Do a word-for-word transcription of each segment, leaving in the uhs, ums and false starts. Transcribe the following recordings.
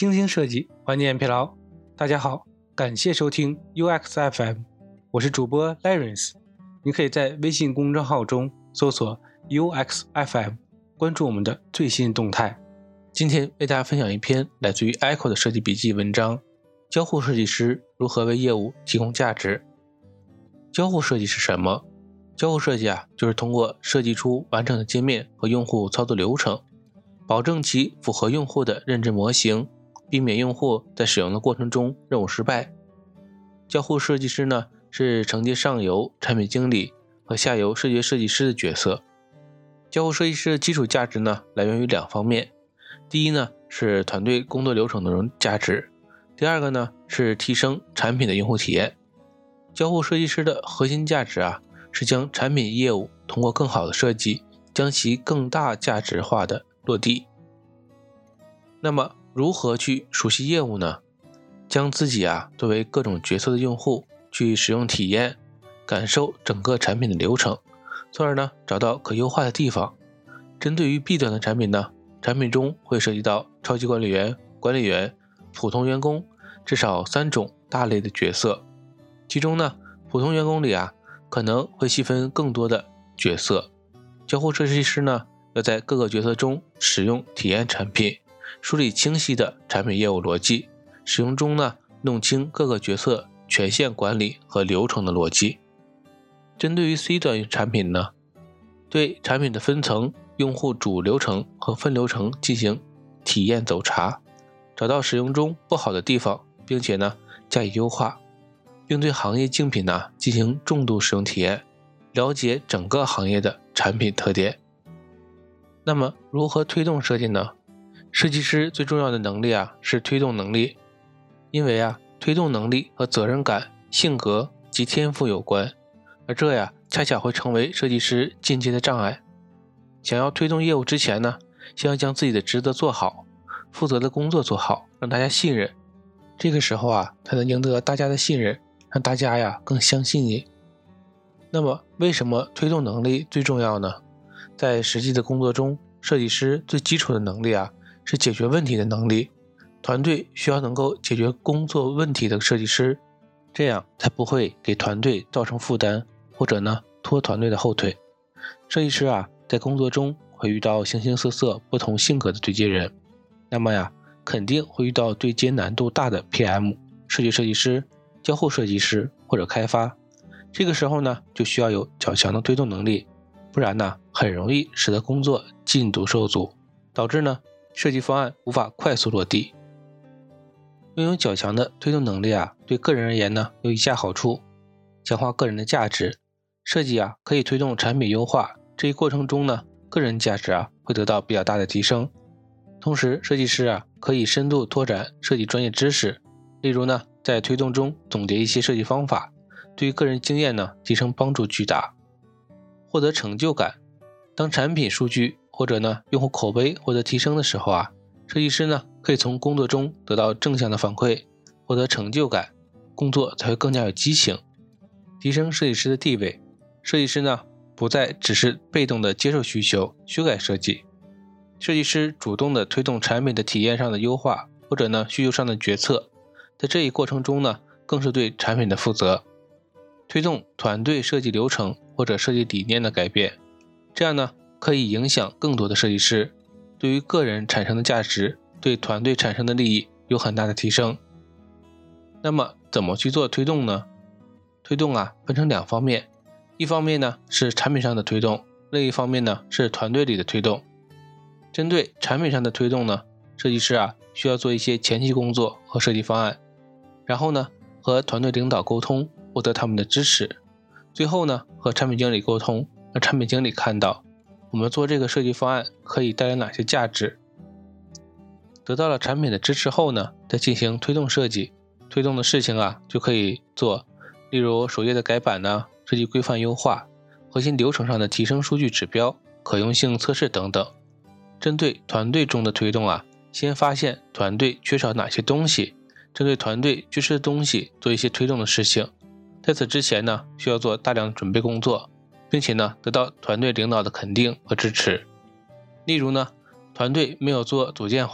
精心设计，缓解疲劳。大家好，感谢收听 U X F M， 我是主播 Lawrence。你可以在微信公众号中搜索 U X F M， 关注我们的最新动态。今天为大家分享一篇来自于 Echo 的设计笔记文章：交互设计师如何为业务提供价值。交互设计是什么？交互设计啊，就是通过设计出完整的界面和用户操作流程，保证其符合用户的认知模型，避免用户在使用的过程中任务失败。交互设计师呢，是承接上游产品经理和下游视觉设计师的角色。交互设计师的基础价值呢，来源于两方面。第一呢，是团队工作流程的价值；第二个呢，是提升产品的用户体验。交互设计师的核心价值啊，是将产品业务通过更好的设计，将其更大价值化的落地。那么如何去熟悉业务呢？将自己啊作为各种角色的用户去使用体验，感受整个产品的流程，从而呢找到可优化的地方。针对于 B 端的产品呢，产品中会涉及到超级管理员、管理员、普通员工至少三种大类的角色。其中呢，普通员工里啊可能会细分更多的角色。交互设计师呢，要在各个角色中使用体验产品，梳理清晰的产品业务逻辑，使用中呢弄清各个角色权限管理和流程的逻辑。针对于 C 端产品呢，对产品的分层、用户主流程和分流程进行体验走查，找到使用中不好的地方，并且呢加以优化，并对行业竞品呢进行重度使用体验，了解整个行业的产品特点。那么如何推动设计呢？设计师最重要的能力啊是推动能力，因为啊推动能力和责任感、性格及天赋有关，而这呀恰恰会成为设计师进阶的障碍。想要推动业务之前呢，先要将自己的职责做好，负责的工作做好，让大家信任。这个时候啊才能赢得大家的信任，让大家呀更相信你。那么为什么推动能力最重要呢？在实际的工作中，设计师最基础的能力啊是解决问题的能力。团队需要能够解决工作问题的设计师，这样才不会给团队造成负担，或者呢拖团队的后腿。设计师啊在工作中会遇到形形色色不同性格的对接人，那么呀肯定会遇到对接难度大的 P M、 视觉设计师、交互设计师或者开发。这个时候呢就需要有较强的推动能力，不然呢很容易使得工作进度受阻，导致呢设计方案无法快速落地。拥有较强的推动能力啊，对个人而言呢有以下好处：强化个人的价值。设计啊可以推动产品优化，这一过程中呢个人价值啊会得到比较大的提升。同时设计师啊可以深度拓展设计专业知识，例如呢在推动中总结一些设计方法，对于个人经验呢提升帮助巨大。获得成就感。当产品数据或者呢用户口碑获得提升的时候啊，设计师呢可以从工作中得到正向的反馈，获得成就感，工作才会更加有激情，提升设计师的地位。设计师呢不再只是被动的接受需求，修改设计。设计师主动的推动产品的体验上的优化，或者呢需求上的决策，在这一过程中呢更是对产品的负责，推动团队设计流程或者设计理念的改变，这样呢可以影响更多的设计师，对于个人产生的价值，对团队产生的利益有很大的提升。那么怎么去做推动呢？推动啊分成两方面，一方面呢是产品上的推动，另一方面呢是团队里的推动。针对产品上的推动呢，设计师啊需要做一些前期工作和设计方案，然后呢和团队领导沟通，获得他们的支持，最后呢和产品经理沟通，让产品经理看到我们做这个设计方案可以带来哪些价值。得到了产品的支持后呢，再进行推动设计。推动的事情啊就可以做，例如首页的改版呢，设计规范优化，核心流程上的提升数据指标，可用性测试等等。针对团队中的推动啊，先发现团队缺少哪些东西，针对团队缺失的东西做一些推动的事情。在此之前呢，需要做大量准备工作，并且呢得到团队领导的肯定和支持。例如呢，团队没有做组件化，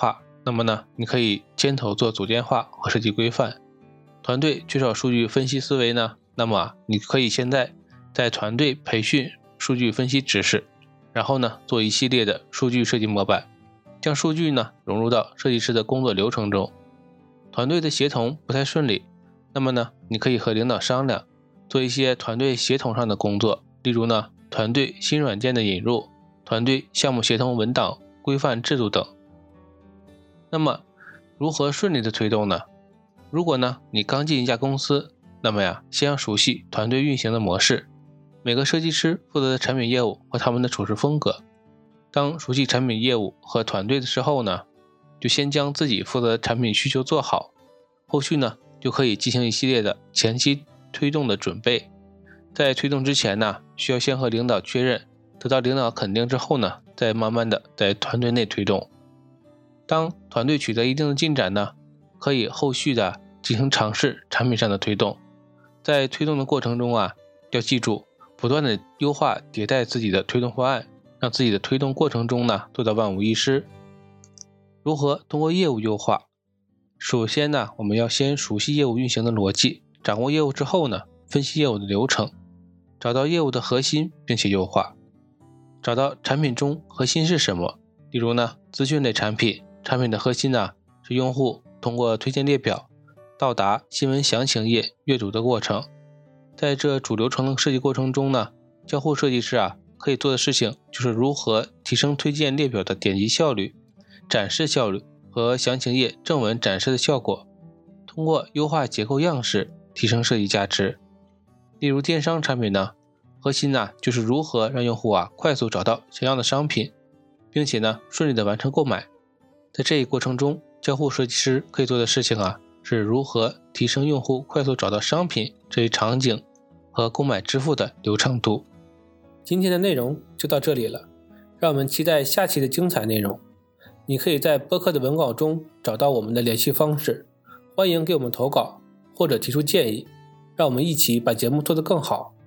那么呢，你可以牵头做组件化和设计规范。团队缺少数据分析思维呢，那么啊，你可以现在在团队培训数据分析知识，然后呢，做一系列的数据设计模板，将数据呢融入到设计师的工作流程中。团队的协同不太顺利，那么呢，你可以和领导商量，做一些团队协同上的工作，例如呢，团队新软件的引入，团队项目协同文档、规范制度等。那么，如何顺利的推动呢？如果呢，你刚进一家公司，那么呀，先要熟悉团队运行的模式，每个设计师负责的产品业务和他们的处事风格。当熟悉产品业务和团队的时候呢，就先将自己负责的产品需求做好，后续呢，就可以进行一系列的前期推动的准备。在推动之前呢，需要先和领导确认，得到领导肯定之后呢，再慢慢的在团队内推动。当团队取得一定的进展呢，可以后续的进行尝试产品上的推动。在推动的过程中啊，要记住不断的优化迭代自己的推动方案，让自己的推动过程中呢做到万无一失。如何通过业务优化？首先呢，我们要先熟悉业务运行的逻辑，掌握业务之后呢，分析业务的流程，找到业务的核心并且优化。找到产品中核心是什么？例如呢，资讯类产品，产品的核心呢是用户通过推荐列表到达新闻详情页阅读的过程。在这主流程的设计过程中呢，交互设计师啊可以做的事情就是如何提升推荐列表的点击效率、展示效率和详情页正文展示的效果，通过优化结构样式提升设计价值。例如电商产品呢，核心呢就是如何让用户啊快速找到想要的商品，并且呢顺利的完成购买。在这一过程中，交互设计师可以做的事情啊是如何提升用户快速找到商品这一场景和购买支付的流畅度。今天的内容就到这里了，让我们期待下期的精彩内容。你可以在播客的文稿中找到我们的联系方式，欢迎给我们投稿或者提出建议，让我们一起把节目做得更好。